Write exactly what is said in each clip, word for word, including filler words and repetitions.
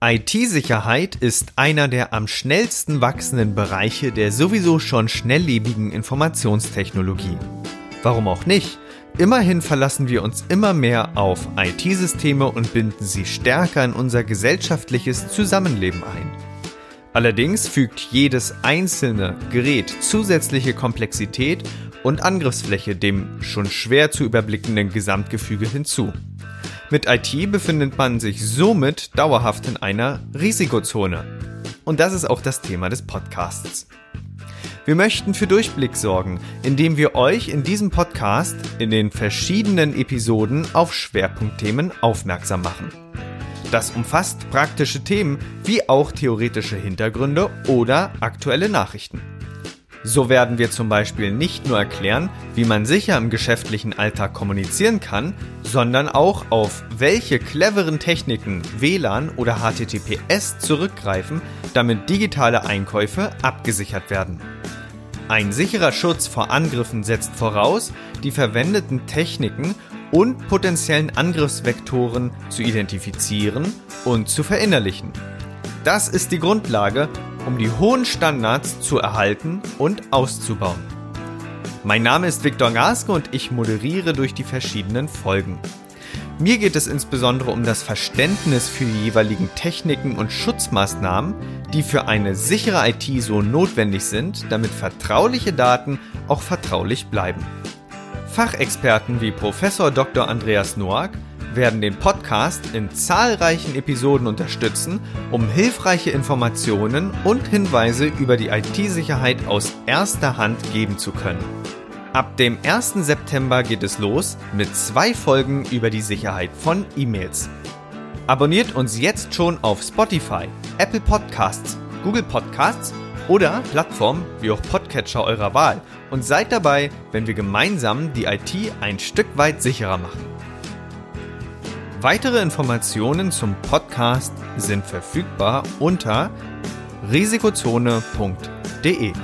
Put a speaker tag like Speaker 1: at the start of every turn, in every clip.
Speaker 1: I T-Sicherheit ist einer der am schnellsten wachsenden Bereiche der sowieso schon schnelllebigen Informationstechnologie. Warum auch nicht? Immerhin verlassen wir uns immer mehr auf I T-Systeme und binden sie stärker in unser gesellschaftliches Zusammenleben ein. Allerdings fügt jedes einzelne Gerät zusätzliche Komplexität und Angriffsfläche dem schon schwer zu überblickenden Gesamtgefüge hinzu. Mit I T befindet man sich somit dauerhaft in einer Risikozone. Und das ist auch das Thema des Podcasts. Wir möchten für Durchblick sorgen, indem wir euch in diesem Podcast in den verschiedenen Episoden auf Schwerpunktthemen aufmerksam machen. Das umfasst praktische Themen wie auch theoretische Hintergründe oder aktuelle Nachrichten. So werden wir zum Beispiel nicht nur erklären, wie man sicher im geschäftlichen Alltag kommunizieren kann, sondern auch auf welche cleveren Techniken W L A N oder H T T P S zurückgreifen, damit digitale Einkäufe abgesichert werden. Ein sicherer Schutz vor Angriffen setzt voraus, die verwendeten Techniken und potenziellen Angriffsvektoren zu identifizieren und zu verinnerlichen. Das ist die Grundlage, um die hohen Standards zu erhalten und auszubauen. Mein Name ist Viktor Gaske und ich moderiere durch die verschiedenen Folgen. Mir geht es insbesondere um das Verständnis für die jeweiligen Techniken und Schutzmaßnahmen, die für eine sichere I T so notwendig sind, damit vertrauliche Daten auch vertraulich bleiben. Fachexperten wie Professor Doktor Andreas Noack werden den Podcast in zahlreichen Episoden unterstützen, um hilfreiche Informationen und Hinweise über die I T-Sicherheit aus erster Hand geben zu können. Ab dem ersten September geht es los mit zwei Folgen über die Sicherheit von E-Mails. Abonniert uns jetzt schon auf Spotify, Apple Podcasts, Google Podcasts oder Plattformen wie auch Podcatcher eurer Wahl und seid dabei, wenn wir gemeinsam die I T ein Stück weit sicherer machen. Weitere Informationen zum Podcast sind verfügbar unter risikozone punkt de.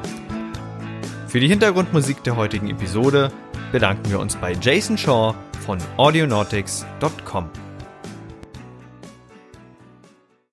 Speaker 1: Für die Hintergrundmusik der heutigen Episode bedanken wir uns bei Jason Shaw von audionautics punkt com.